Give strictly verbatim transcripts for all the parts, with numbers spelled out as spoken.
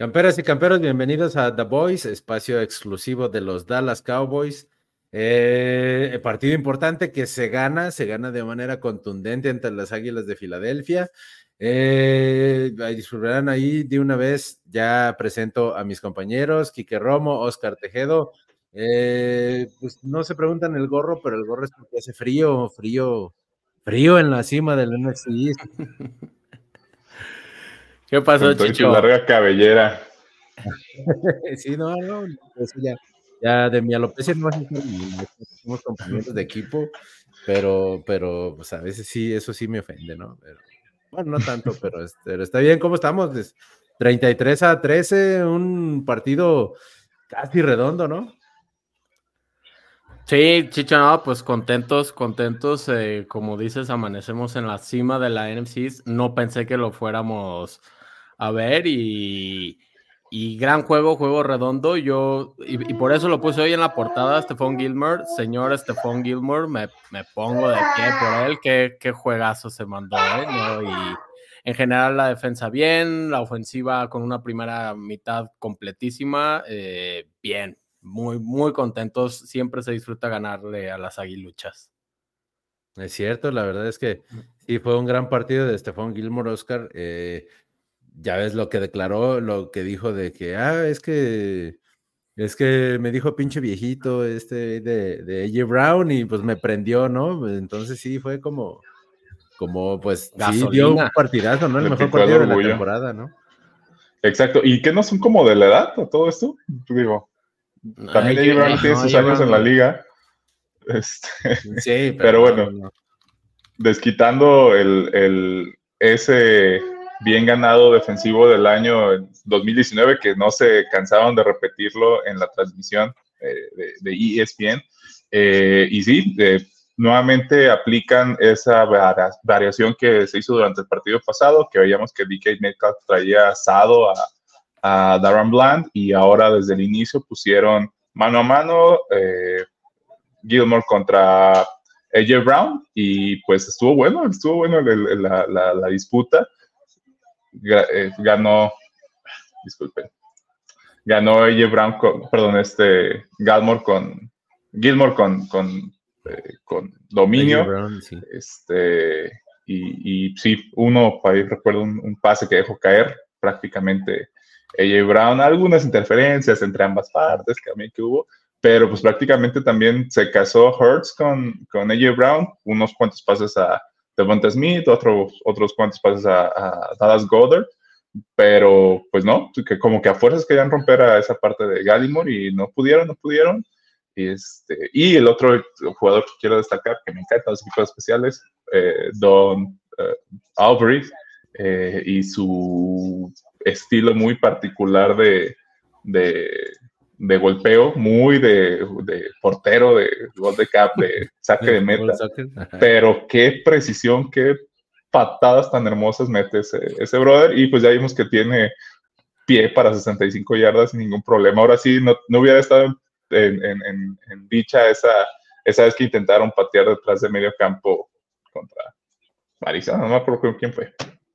Camperas y camperos, bienvenidos a The Boys, espacio exclusivo de los Dallas Cowboys. Eh, partido importante que se gana, se gana de manera contundente ante las Águilas de Filadelfia. Eh, disfrutarán ahí de una vez. Ya presento a mis compañeros, Quique Romo, Oscar Tejedo. Eh, pues no se preguntan el gorro, pero el gorro es porque hace frío, frío, frío en la cima del N F C East. ¿Qué pasó, Con toda Chicho? tu larga cabellera. Sí, no, no, eso ya, ya de mi alopecia no vas a estar bien, somos compañeros de equipo, pero, pero, pues a veces sí, eso sí me ofende, ¿no? Pero, bueno, no tanto, pero, este, pero está bien, ¿cómo estamos? Es treinta y tres a trece, un partido casi redondo, ¿no? Sí, Chicho, no, pues contentos, contentos, eh, como dices, amanecemos en la cima de la N F C East. No pensé que lo fuéramos a ver y, y gran juego, juego redondo. Yo, y, y por eso lo puse hoy en la portada, Stephon Gilmore. Señor Stephon Gilmore, me, me pongo de pie por él. Qué, qué juegazo se mandó, ¿eh? ¿No? Y en general la defensa bien, la ofensiva con una primera mitad completísima, eh, bien. Muy, muy contentos. Siempre se disfruta ganarle a las aguiluchas. Es cierto, la verdad es que sí fue un gran partido de Stephon Gilmore, Oscar. Eh, ya ves lo que declaró, lo que dijo de que, ah, es que Es que me dijo pinche viejito este de, de A J Brown y pues me prendió, ¿no? Entonces sí, fue como, como pues sí, dio un Gasolina. partidazo, ¿no? El Le mejor picó el partido de la orgullo. temporada, ¿no? Exacto. ¿Y qué no son como de la edad a todo esto? Digo, también A J Brown tiene No, sus A J años Brown en la no. liga. Este, Sí, pero pero no, bueno, no, no. desquitando el, el, ese bien ganado defensivo del año dos mil diecinueve, que no se cansaban de repetirlo en la transmisión eh, de, de E S P N. Eh, y sí, eh, nuevamente aplican esa variación que se hizo durante el partido pasado, que veíamos que D K Metcalf traía asado a, a Darren Bland, y ahora desde el inicio pusieron mano a mano eh, Gilmore contra A J Brown, y pues estuvo bueno, estuvo bueno el, el, la, la, la disputa. Ganó, disculpen, ganó A J Brown, con, perdón, este, Galmore con, Gilmore con, con, eh, con dominio. A J Brown, sí. Este, y, y sí, uno, para ahí recuerdo un, un pase que dejó caer prácticamente A J Brown, algunas interferencias entre ambas partes también que hubo, pero pues prácticamente también se casó Hurts con, con A J Brown, unos cuantos pases a Devonta Smith, otros, otros cuantos pases a, a Dallas Goedert, pero pues no, que como que a fuerzas querían romper a esa parte de Gallimore y no pudieron, no pudieron. Y, este, y el otro jugador que quiero destacar, que me encantan los equipos especiales, eh, Don eh, Aubrey, eh, y su estilo muy particular de, de, de golpeo, muy de, de portero, de gol de cap, de saque de meta, pero qué precisión, qué patadas tan hermosas mete ese, ese brother, y pues ya vimos que tiene pie para sesenta y cinco yardas sin ningún problema. Ahora sí, no, no hubiera estado en, en, en, en dicha esa, esa vez que intentaron patear detrás de medio campo contra Arizona, no me acuerdo quién fue.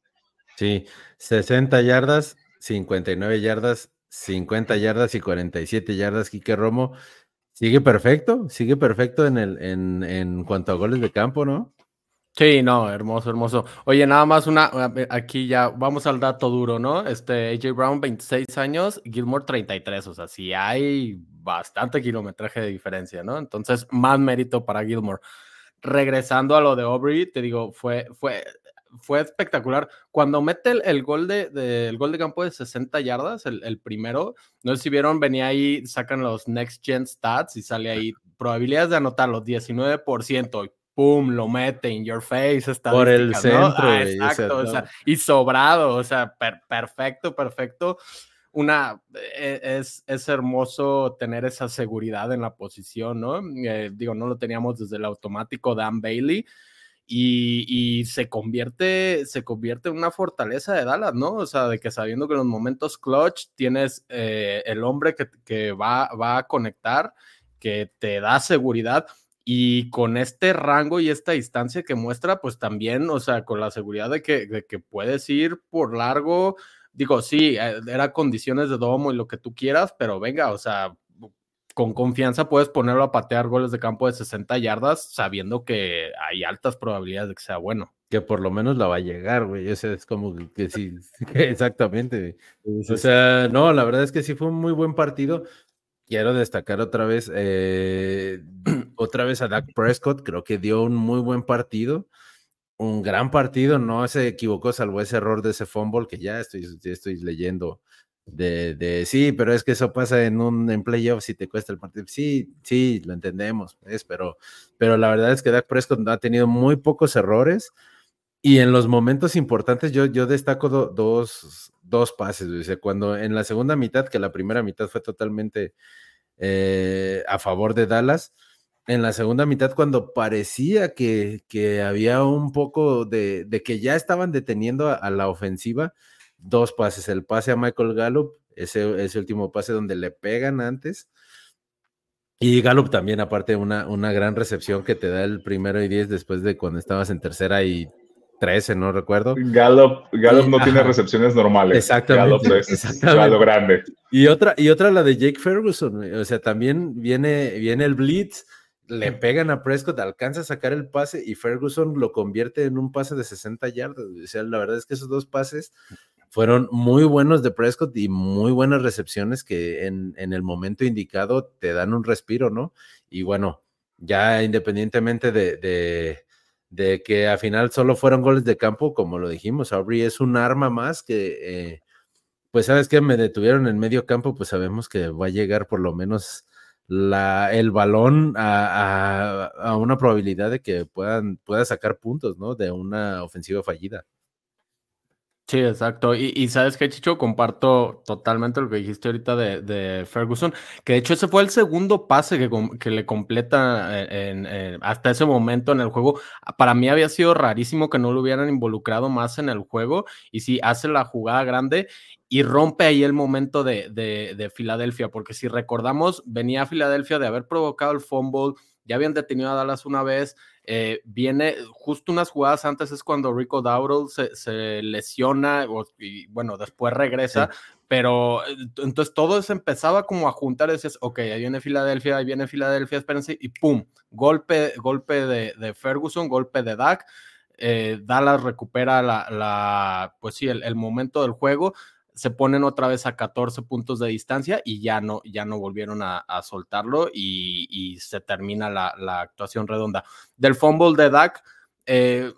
Sí, sesenta yardas, cincuenta y nueve yardas, cincuenta yardas y cuarenta y siete yardas. Quique Romo sigue perfecto, sigue perfecto en, el, en, en cuanto a goles de campo, ¿no? Sí, no, hermoso, hermoso. Oye, nada más una, aquí ya vamos al dato duro, ¿no? Este, A J Brown, veintiséis años, Gilmore, treinta y tres, o sea, sí hay bastante kilometraje de diferencia, ¿no? Entonces, más mérito para Gilmore. Regresando a lo de Aubrey, te digo, fue, fue, fue espectacular. Cuando mete el, el gol de, de, el gol de campo de sesenta yardas, el, el primero, no sé si vieron, venía ahí, sacan los Next Gen Stats y sale ahí, probabilidades de anotarlo, diecinueve por ciento, pum, lo mete in your face, estadísticas, por el centro, ¿no? Ah, güey, exacto, o sea, o sea, no. y sobrado, o sea, per, perfecto, perfecto. Una, es, es hermoso tener esa seguridad en la posición, ¿no? Eh, digo, no lo teníamos desde el automático Dan Bailey, y, y se convierte, se convierte en una fortaleza de Dallas, ¿no? O sea, de que sabiendo que en los momentos clutch tienes eh, el hombre que, que va, va a conectar, que te da seguridad, y con este rango y esta distancia que muestra, pues también, o sea, con la seguridad de que, de que puedes ir por largo, digo, sí, era condiciones de domo y lo que tú quieras, pero venga, o sea, con confianza puedes ponerlo a patear goles de campo de sesenta yardas sabiendo que hay altas probabilidades de que sea bueno. Que por lo menos la va a llegar, güey. O sea, es como que, que sí, exactamente. Sí, sí, o sea, no, la verdad es que sí fue un muy buen partido. Quiero destacar otra vez, eh, otra vez a Dak Prescott. Creo que dio un muy buen partido. Un gran partido, no se equivocó, salvo ese error de ese fumble que ya estoy, ya estoy leyendo. De, de sí, pero es que eso pasa en un en playoffs y te cuesta el partido. Sí, sí, lo entendemos, pues, pero, pero la verdad es que Dak Prescott ha tenido muy pocos errores. Y en los momentos importantes yo, yo destaco do, dos, dos pases, o sea, cuando en la segunda mitad, que la primera mitad fue totalmente eh, a favor de Dallas, en la segunda mitad cuando parecía que, que había un poco de, de que ya estaban deteniendo a, a la ofensiva, dos pases, el pase a Michael Gallup, ese, ese último pase donde le pegan antes, y Gallup también, aparte, una, una gran recepción que te da el primero y diez después de cuando estabas en tercera y trece, no recuerdo. Gallup, Gallup y, no ajá, tiene recepciones normales. Exactamente. Gallup es exactamente. a lo grande. Y otra, y otra la de Jake Ferguson. O sea, también viene, viene el blitz, le pegan a Prescott, alcanza a sacar el pase y Ferguson lo convierte en un pase de sesenta yardas. O sea, la verdad es que esos dos pases fueron muy buenos de Prescott y muy buenas recepciones que en, en el momento indicado te dan un respiro, ¿no? Y bueno, ya independientemente de, de, de que al final solo fueron goles de campo, como lo dijimos, Aubrey es un arma más que, eh, pues sabes que me detuvieron en medio campo, pues sabemos que va a llegar por lo menos la, el balón a, a, a una probabilidad de que puedan, pueda sacar puntos, ¿no? De una ofensiva fallida. Sí, exacto. Y, y sabes qué, Chicho, comparto totalmente lo que dijiste ahorita de, de Ferguson, que de hecho ese fue el segundo pase que, que le completa en, en, en, hasta ese momento en el juego. Para mí había sido rarísimo que no lo hubieran involucrado más en el juego, y sí, hace la jugada grande y rompe ahí el momento de, de, de Filadelfia, porque si recordamos, venía a Filadelfia de haber provocado el fumble, ya habían detenido a Dallas una vez. Eh, viene justo unas jugadas antes, es cuando Rico Dowdle se, se lesiona o, y bueno, después regresa, sí. Pero entonces todo se empezaba como a juntar, decías, ok, ahí viene Filadelfia, ahí viene Filadelfia, espérense, y pum, golpe, golpe de, de Ferguson, golpe de Dak, eh, Dallas recupera la, la pues sí, el, el momento del juego, se ponen otra vez a catorce puntos de distancia y ya no, ya no volvieron a, a soltarlo y, y se termina la, la actuación redonda. Del fumble de Dak, eh,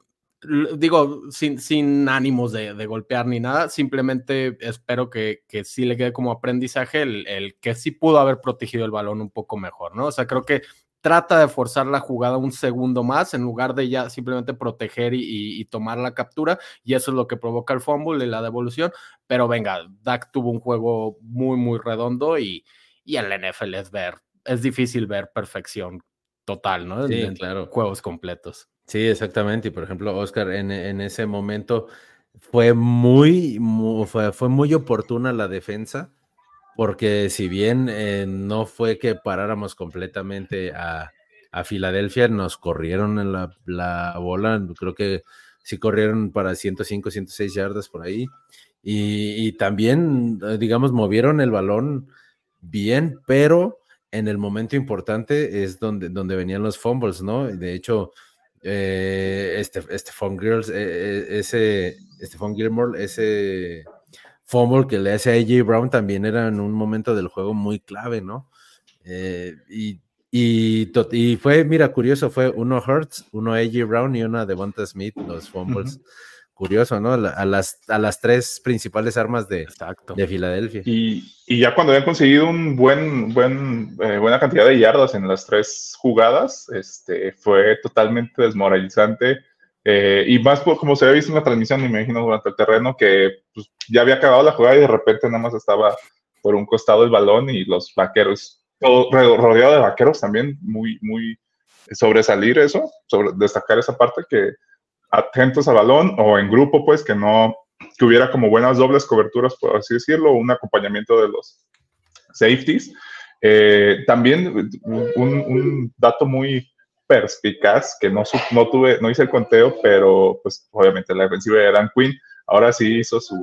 digo, sin, sin ánimos de, de golpear ni nada, simplemente espero que, que sí le quede como aprendizaje el, el que sí pudo haber protegido el balón un poco mejor, ¿no? O sea, creo que trata de forzar la jugada un segundo más en lugar de ya simplemente proteger y, y, y tomar la captura, y eso es lo que provoca el fumble y la devolución. Pero venga, Dak tuvo un juego muy, muy redondo y, y en la N F L es ver, es difícil ver perfección total, ¿no? Sí, en, claro. Juegos completos. Sí, exactamente. Y por ejemplo, Oscar, en, en ese momento fue muy, muy fue, fue muy oportuna la defensa, porque si bien eh, no fue que paráramos completamente a, a Filadelfia, nos corrieron en la, la bola, creo que sí corrieron para ciento cinco, ciento seis yardas por ahí, y, y también, digamos, movieron el balón bien, pero en el momento importante es donde, donde venían los fumbles, ¿no? De hecho, eh, este, Stephon Girls, eh, ese, Stephon Gilmore, ese fumble que le hace a A J Brown también era en un momento del juego muy clave, ¿no? Eh, y, y, y fue, mira, curioso, fue uno Hurts, uno A J Brown y una Devonta Smith, los fumbles. Uh-huh. Curioso, ¿no? A las, a las tres principales armas de, de Filadelfia. Y, y ya cuando habían conseguido un buen, buen, eh, buena cantidad de yardas en las tres jugadas, este, fue totalmente desmoralizante. Eh, y más por como se había visto en la transmisión, me imagino, durante el terreno, que pues, ya había acabado la jugada y de repente nada más estaba por un costado el balón y los vaqueros, todo rodeado de vaqueros también, muy, muy sobresalir eso, sobre, destacar esa parte que atentos al balón o en grupo, pues, que no, que hubiera como buenas dobles coberturas, por así decirlo, un acompañamiento de los safeties. Eh, también un, un dato muy perspicaz, que no, no tuve, no hice el conteo, pero pues obviamente la defensiva de Dan Quinn ahora sí hizo su,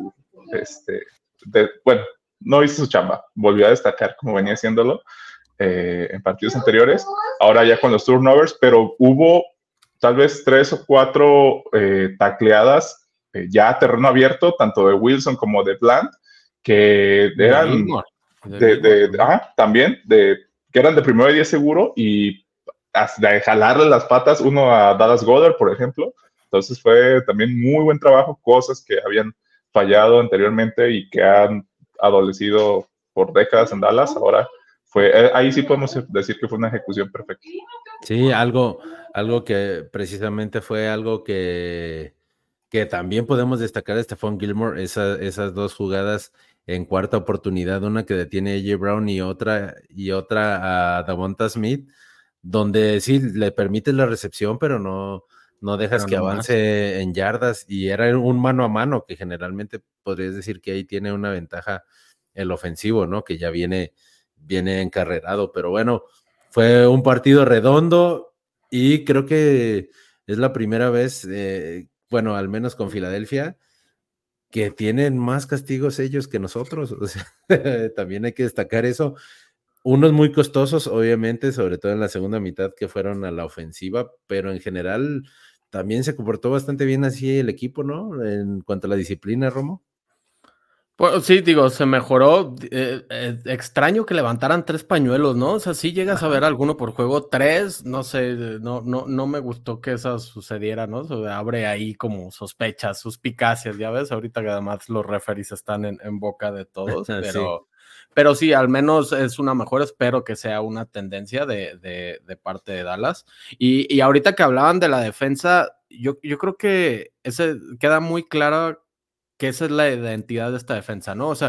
este, de, bueno, no hizo su chamba, volvió a destacar como venía haciéndolo eh, en partidos anteriores, ahora ya con los turnovers, pero hubo tal vez tres o cuatro eh, tacleadas eh, ya a terreno abierto, tanto de Wilson como de Bland, que eran de, de, de, ajá, también, de, que eran de primero y diez seguro, y de jalarle las patas uno a Dallas Goedert, por ejemplo. Entonces fue también muy buen trabajo, cosas que habían fallado anteriormente y que han adolecido por décadas en Dallas. Ahora fue, ahí sí podemos decir que fue una ejecución perfecta. Sí, algo, algo que precisamente fue algo que, que también podemos destacar de Stephon Gilmore, esa, esas dos jugadas en cuarta oportunidad, una que detiene a A J Brown y otra, y otra a Devonta Smith, donde sí le permites la recepción, pero no, no dejas pero que no avance más. En yardas, y era un mano a mano, que generalmente podrías decir que ahí tiene una ventaja el ofensivo, ¿no? Que ya viene, viene encarrerado, pero bueno, fue un partido redondo y creo que es la primera vez, eh, bueno, al menos con Filadelfia, que tienen más castigos ellos que nosotros. O sea, también hay que destacar eso. Unos muy costosos, obviamente, sobre todo en la segunda mitad, que fueron a la ofensiva, pero en general también se comportó bastante bien así el equipo, ¿no? En cuanto a la disciplina, Romo. Pues sí, digo, se mejoró. Eh, eh, extraño que levantaran tres pañuelos, ¿no? O sea, sí llegas Ajá. a ver alguno por juego, tres, no sé, no, no, no me gustó que eso sucediera, ¿no? O sea, abre ahí como sospechas, suspicacias, ya ves, ahorita que además los referees están en, en boca de todos, pero, sí. pero sí, al menos es una mejora, espero que sea una tendencia de, de, de parte de Dallas. Y, y ahorita que hablaban de la defensa, yo, yo creo que ese queda muy claro que esa es la identidad de esta defensa, ¿no? O sea,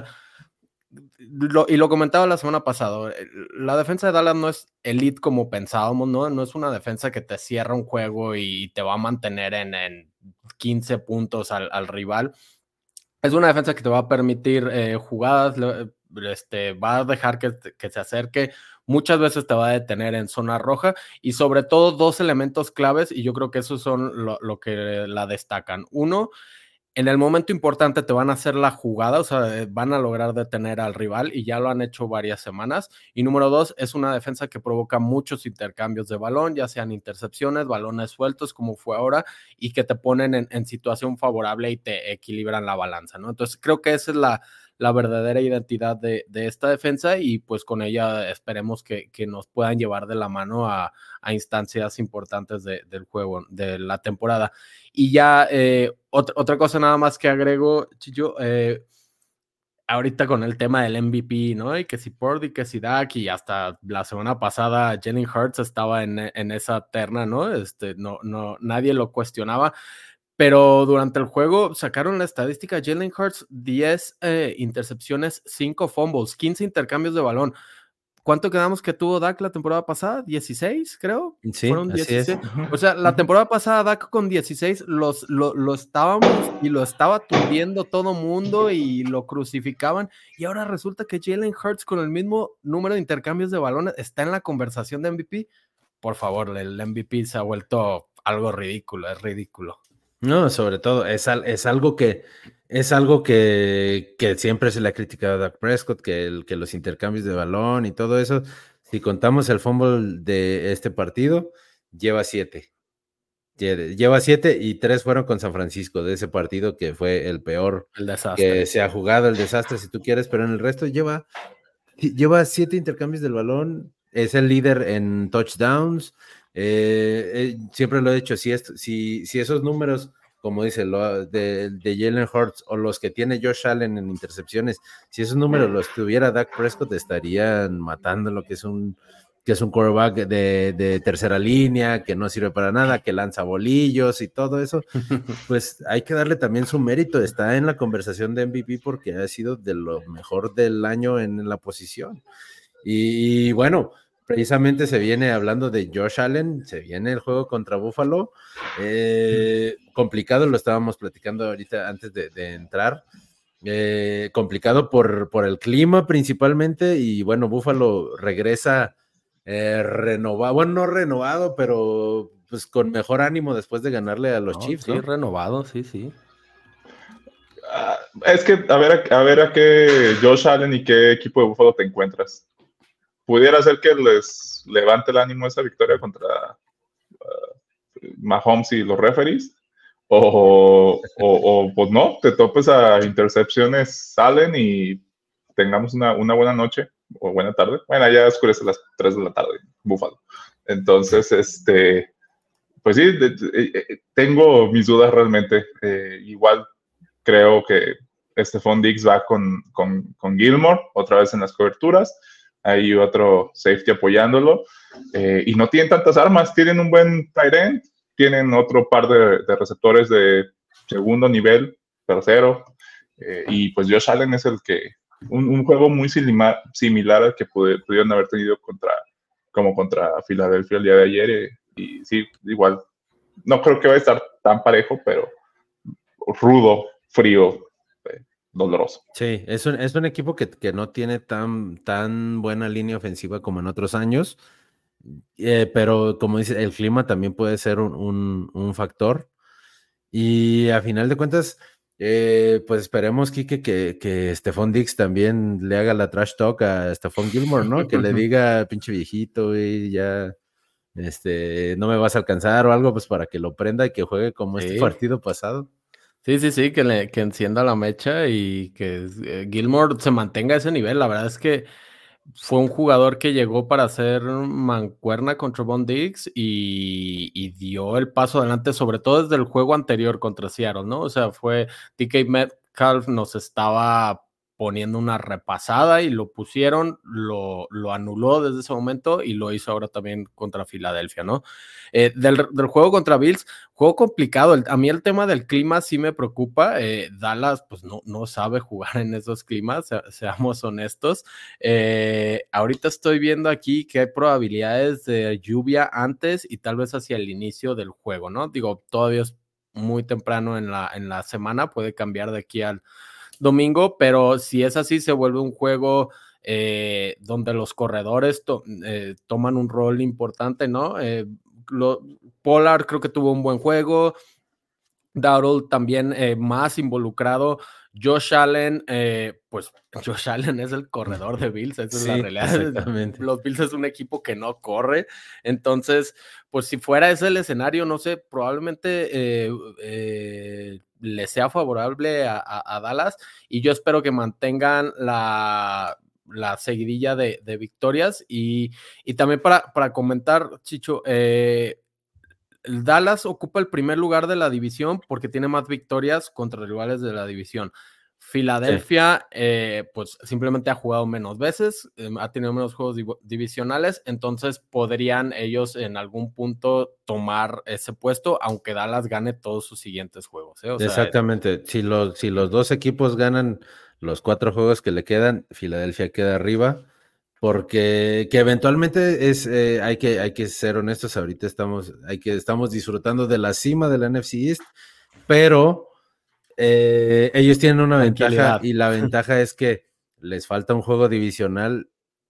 lo, y lo comentaba la semana pasada, la defensa de Dallas no es elite como pensábamos, ¿no? No es una defensa que te cierra un juego y te va a mantener en, en quince puntos al, al rival. Es una defensa que te va a permitir eh, jugadas, este, va a dejar que, que se acerque, muchas veces te va a detener en zona roja, y sobre todo dos elementos claves, y yo creo que esos son lo, lo que la destacan. Uno, en el momento importante te van a hacer la jugada, o sea, van a lograr detener al rival, y ya lo han hecho varias semanas. Y número dos, es una defensa que provoca muchos intercambios de balón, ya sean intercepciones, balones sueltos, como fue ahora, y que te ponen en, en situación favorable y te equilibran la balanza, ¿no? Entonces creo que esa es la, la verdadera identidad de, de esta defensa, y pues con ella esperemos que, que nos puedan llevar de la mano a, a instancias importantes de, del juego, de la temporada. Y ya, eh, otra, otra cosa nada más que agrego, Chillo, eh, ahorita con el tema del M V P, ¿no? Y que si Purdy, que si Dak, y hasta la semana pasada Jalen Hurts estaba en, en esa terna, ¿no? Este, no, no, nadie lo cuestionaba. Pero durante el juego sacaron la estadística: Jalen Hurts, diez eh, intercepciones, cinco fumbles, quince intercambios de balón. ¿Cuánto quedamos que tuvo Dak la temporada pasada? ¿dieciséis, creo? Sí, Fueron así dieciséis. es. O sea, la temporada pasada Dak con dieciséis los, lo, lo estábamos y lo estaba tundiendo todo mundo y lo crucificaban. Y ahora resulta que Jalen Hurts, con el mismo número de intercambios de balones, está en la conversación de M V P. Por favor, el M V P se ha vuelto algo ridículo, es ridículo. No, sobre todo, es, al, es algo que es algo que, que siempre se le ha criticado a Dak Prescott, que, el, que los intercambios de balón y todo eso. Si contamos el fumble de este partido, lleva siete. Lleva siete y tres fueron con San Francisco, de ese partido que fue el peor el que se ha jugado, el desastre, si tú quieres, pero en el resto lleva, lleva siete intercambios del balón, es el líder en touchdowns. Eh, eh, siempre lo he dicho, si, esto, si, si esos números, como dice, lo, de, de Jalen Hurts o los que tiene Josh Allen en intercepciones, si esos números los tuviera Dak Prescott, estarían matando lo que es un, que es un quarterback de, de tercera línea, que no sirve para nada, que lanza bolillos y todo eso. Pues hay que darle también su mérito, está en la conversación de M V P porque ha sido de lo mejor del año en la posición. Y, y bueno, precisamente se viene hablando de Josh Allen, se viene el juego contra Buffalo, eh, complicado, lo estábamos platicando ahorita antes de, de entrar, eh, complicado por, por el clima principalmente, y bueno, Buffalo regresa eh, renovado, bueno, no renovado, pero pues con mejor ánimo después de ganarle a los no, Chiefs, sí, ¿no? renovado, sí, sí. Uh, es que a ver, a ver a qué Josh Allen y qué equipo de Buffalo te encuentras. Pudiera ser que les levante el ánimo esa victoria contra uh, Mahomes y los referees, o, o, o pues no, te topes a intercepciones Allen y tengamos una, una buena noche o buena tarde. Bueno, ya oscurece a las tres de la tarde, Buffalo. Entonces, este, pues sí, de, de, de, tengo mis dudas realmente. Eh, igual creo que Stephon Diggs va con, con, con Gilmore, otra vez en las coberturas. Hay otro safety apoyándolo. Eh, y no tienen tantas armas. Tienen un buen tight end. Tienen otro par de, de receptores de segundo nivel, tercero. Eh, y pues Josh Allen es el que... Un, un juego muy similar, similar al que pude, pudieron haber tenido contra, como contra Filadelfia el día de ayer. Eh, y sí, igual. No creo que vaya a estar tan parejo, pero rudo, frío, eh, doloroso. Sí, es un, es un equipo que, que no tiene tan, tan buena línea ofensiva como en otros años, eh, pero como dice, el clima también puede ser un, un, un factor. Y a final de cuentas, eh, pues esperemos, Kike, que, que Stephon Diggs también le haga la trash talk a Stephon Gilmore, ¿no? Que le diga, pinche viejito, y ya este, no me vas a alcanzar o algo, pues para que lo prenda y que juegue como sí. Este partido pasado. Sí, sí, sí, que, le, que encienda la mecha y que eh, Gilmore se mantenga a ese nivel. La verdad es que fue un jugador que llegó para hacer mancuerna contra Von Diggs y, y dio el paso adelante, sobre todo desde el juego anterior contra Seattle, ¿no? O sea, fue D K Metcalf nos estaba poniendo una repasada y lo pusieron, lo, lo anuló desde ese momento y lo hizo ahora también contra Filadelfia, ¿no? Eh, del, del juego contra Bills, juego complicado. El, a mí el tema del clima sí me preocupa. Eh, Dallas, pues no, no sabe jugar en esos climas, se, seamos honestos. Eh, ahorita estoy viendo aquí que hay probabilidades de lluvia antes y tal vez hacia el inicio del juego, ¿no? Digo, todavía es muy temprano en la, en la semana, puede cambiar de aquí al domingo, pero si es así, se vuelve un juego eh, donde los corredores to eh, toman un rol importante, ¿no? Eh, lo, Pollard creo que tuvo un buen juego, Dowdle también eh, más involucrado, Josh Allen, eh, pues Josh Allen es el corredor de Bills, esa sí, es la realidad. Exactamente. Los Bills es un equipo que no corre, entonces, pues si fuera ese el escenario, no sé, probablemente eh, eh, le sea favorable a, a, a Dallas, y yo espero que mantengan la, la seguidilla de, de victorias, y, y también para, para comentar, Chicho, eh, el Dallas ocupa el primer lugar de la división porque tiene más victorias contra rivales de la división. Filadelfia, sí. eh, pues simplemente ha jugado menos veces, eh, ha tenido menos juegos div divisionales, entonces podrían ellos en algún punto tomar ese puesto, aunque Dallas gane todos sus siguientes juegos. ¿eh? O Exactamente, sea, si, los, si los dos equipos ganan los cuatro juegos que le quedan, Filadelfia queda arriba. Porque que eventualmente es, eh, hay, que, hay que ser honestos, ahorita estamos, hay que, estamos disfrutando de la cima de la N F C East, pero eh, ellos tienen una ventaja y la ventaja es que les falta un juego divisional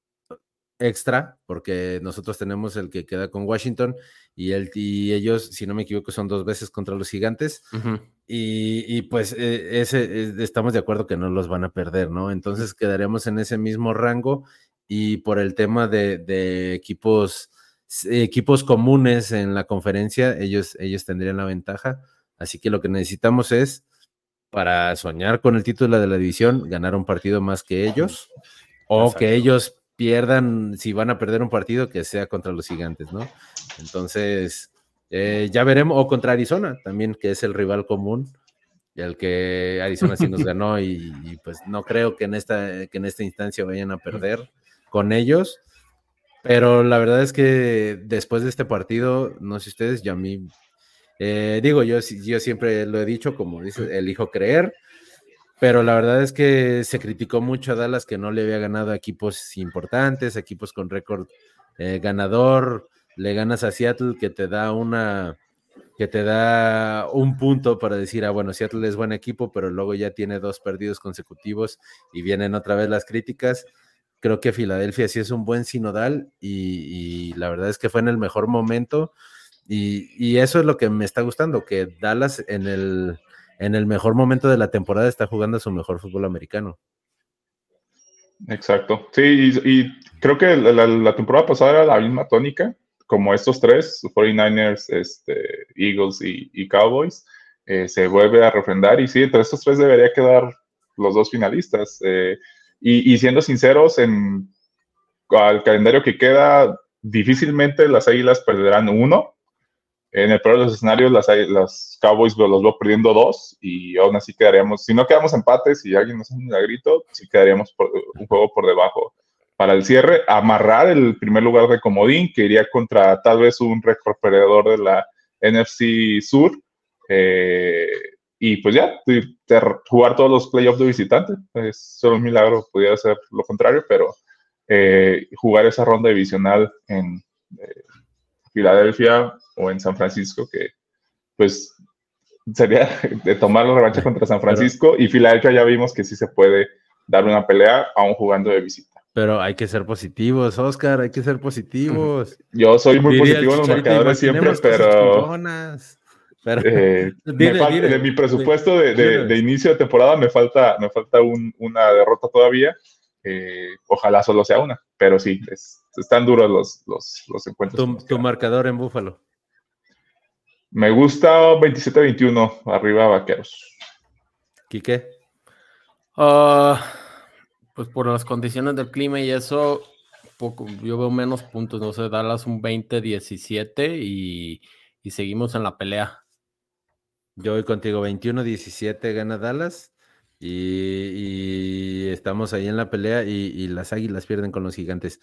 extra, porque nosotros tenemos el que queda con Washington y, el, y ellos, si no me equivoco, son dos veces contra los Gigantes. Uh-huh. Y, y pues eh, ese, eh, estamos de acuerdo que no los van a perder, ¿no? Entonces quedaremos en ese mismo rango. Y por el tema de, de equipos, equipos comunes en la conferencia, ellos, ellos tendrían la ventaja. Así que lo que necesitamos es, para soñar con el título de la división, ganar un partido más que ellos, o Exacto. que ellos pierdan, si van a perder un partido, que sea contra los Gigantes, ¿no? Entonces, eh, ya veremos, o contra Arizona también, que es el rival común, y al que Arizona sí nos ganó, y, y pues no creo que en esta, que en esta instancia vayan a perder con ellos, pero la verdad es que después de este partido, no sé ustedes, yo a mí, eh, digo, yo, yo siempre lo he dicho, como dice, elijo creer, pero la verdad es que se criticó mucho a Dallas que no le había ganado a equipos importantes, equipos con récord eh, ganador, le ganas a Seattle que te da una, que te da un punto para decir, ah, bueno, Seattle es buen equipo, pero luego ya tiene dos perdidos consecutivos y vienen otra vez las críticas. Creo que Filadelfia sí es un buen sinodal y, y la verdad es que fue en el mejor momento y, y eso es lo que me está gustando, que Dallas en el, en el mejor momento de la temporada está jugando su mejor fútbol americano. Exacto. Sí, y, y creo que la, la, la temporada pasada era la misma tónica, como estos tres, cuarenta y nueve ers, este, Eagles y, y Cowboys, eh, se vuelve a refrendar, y sí, entre estos tres debería quedar los dos finalistas. Eh, y, y siendo sinceros, en al calendario que queda, difícilmente las Águilas perderán uno. En el peor de los escenarios, las, las Cowboys los veo perdiendo dos, y aún así quedaríamos, si no quedamos empates y alguien nos hace un milagrito, sí quedaríamos por, un juego por debajo. Para el cierre, amarrar el primer lugar de comodín, que iría contra tal vez un récord perdedor de la N F C Sur, eh, y pues ya, jugar todos los playoffs de visitante. Es solo un milagro, pudiera ser lo contrario, pero eh, jugar esa ronda divisional en eh, Filadelfia o en San Francisco, que pues sería de tomar la revancha contra San Francisco, pero, y Filadelfia ya vimos que sí se puede dar una pelea aún jugando de visita. Pero hay que ser positivos, Oscar, hay que ser positivos. Yo soy muy Diría positivo en los marcadores siempre, pero, pero eh, dile, me falta, dile, de mi presupuesto de, de, de inicio de temporada me falta, me falta un, una derrota todavía. Eh, ojalá solo sea una, pero sí, es, están duros los, los, los encuentros. Tu, tu marcador en Búfalo. Me gusta veintisiete veintiuno, arriba Vaqueros. ¿Quique? Uh, pues por las condiciones del clima y eso, poco, yo veo menos puntos, no sé, Dallas un veinte diecisiete y, y seguimos en la pelea. Yo voy contigo, veintiuno diecisiete gana Dallas. Y, y estamos ahí en la pelea y, y las Águilas pierden con los Gigantes.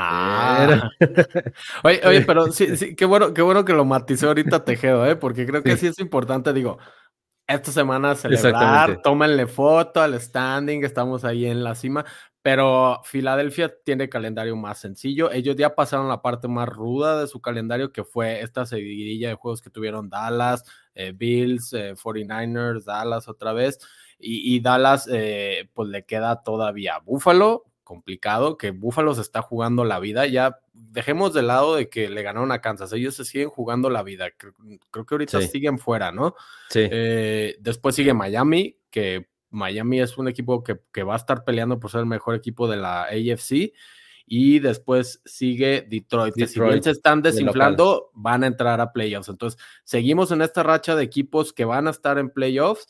Ah. oye, oye, pero sí, sí, qué bueno, qué bueno que lo matizó ahorita Tejedo, ¿eh? Porque creo que sí, sí es importante, digo, esta semana celebrar, tómenle foto al standing, estamos ahí en la cima, pero Filadelfia tiene calendario más sencillo. Ellos ya pasaron la parte más ruda de su calendario, que fue esta seguidilla de juegos que tuvieron Dallas, eh, Bills, eh, cuarenta y nueve ers, Dallas otra vez. Y, y Dallas, eh, pues le queda todavía Búfalo, complicado, que Búfalo se está jugando la vida. Ya dejemos de lado de que le ganaron a Kansas, ellos se siguen jugando la vida. Creo, creo que ahorita sí. siguen fuera, ¿no? Sí. Eh, después sigue Miami, que Miami es un equipo que, que va a estar peleando por ser el mejor equipo de la A F C. Y después sigue Detroit, Detroit, que si bien se están desinflando, van a entrar a playoffs. Entonces, seguimos en esta racha de equipos que van a estar en playoffs.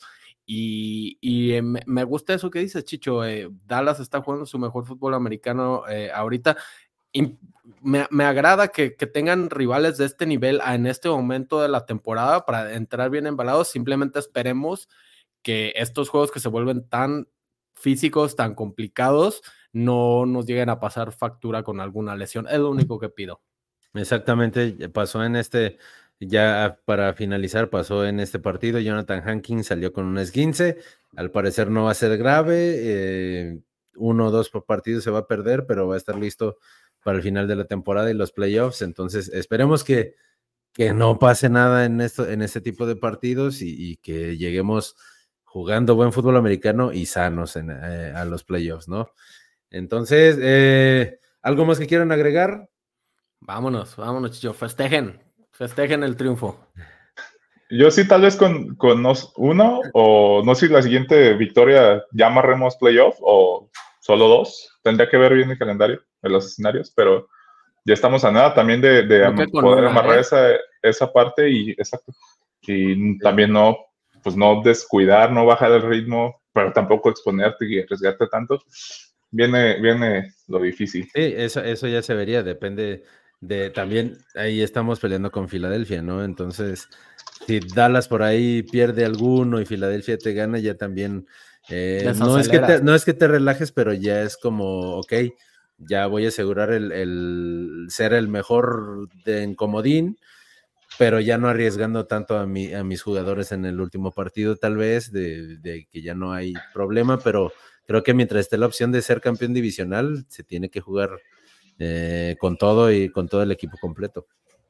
Y, y me, me gusta eso que dices, Chicho. eh, Dallas está jugando su mejor fútbol americano eh, ahorita. Y me, me agrada que, que tengan rivales de este nivel en este momento de la temporada para entrar bien embalados. Simplemente esperemos que estos juegos que se vuelven tan físicos, tan complicados, no nos lleguen a pasar factura con alguna lesión. Es lo único que pido. Exactamente, pasó en este... Ya para finalizar, pasó en este partido, Jonathan Hankins salió con un esguince, al parecer no va a ser grave, eh, uno o dos por partido se va a perder, pero va a estar listo para el final de la temporada y los playoffs, entonces esperemos que, que no pase nada en, esto, en este tipo de partidos y, y que lleguemos jugando buen fútbol americano y sanos en, eh, a los playoffs, ¿no? Entonces, eh, ¿algo más que quieran agregar? Vámonos, vámonos, Chicho, festejen. Festejen el triunfo. Yo sí, tal vez con, con uno, o no sé si la siguiente victoria ya amarremos playoff o solo dos. Tendría que ver bien el calendario de los escenarios, pero ya estamos a nada también de, de am poder una, amarrar ¿eh? esa, esa parte y, exacto, y sí. También no, pues no descuidar, no bajar el ritmo, pero tampoco exponerte y arriesgarte tanto. Viene, viene lo difícil. Sí, eso, eso ya se vería, depende... De, también ahí estamos peleando con Filadelfia, ¿no? Entonces, si Dallas por ahí pierde alguno y Filadelfia te gana, ya también eh, no, es que te, no es que te relajes, pero ya es como, ok, ya voy a asegurar el, el ser el mejor de, en comodín, pero ya no arriesgando tanto a, mi, a mis jugadores en el último partido, tal vez, de, de que ya no hay problema, pero creo que mientras esté la opción de ser campeón divisional, se tiene que jugar Eh, con todo y con todo el equipo completo.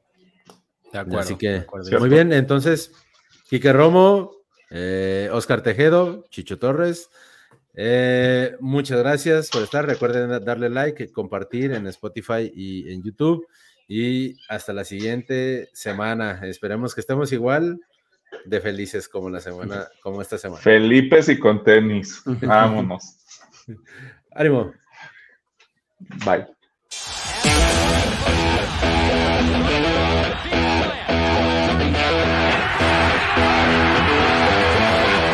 De acuerdo. Así que, de acuerdo. Muy bien, entonces, Quique Romo, eh, Oscar Tejedo, Chicho Torres, eh, muchas gracias por estar. Recuerden darle like, compartir en Spotify y en YouTube. Y hasta la siguiente semana. Esperemos que estemos igual de felices como la semana, como esta semana. Felipes y con tenis. Vámonos. Ánimo. Bye.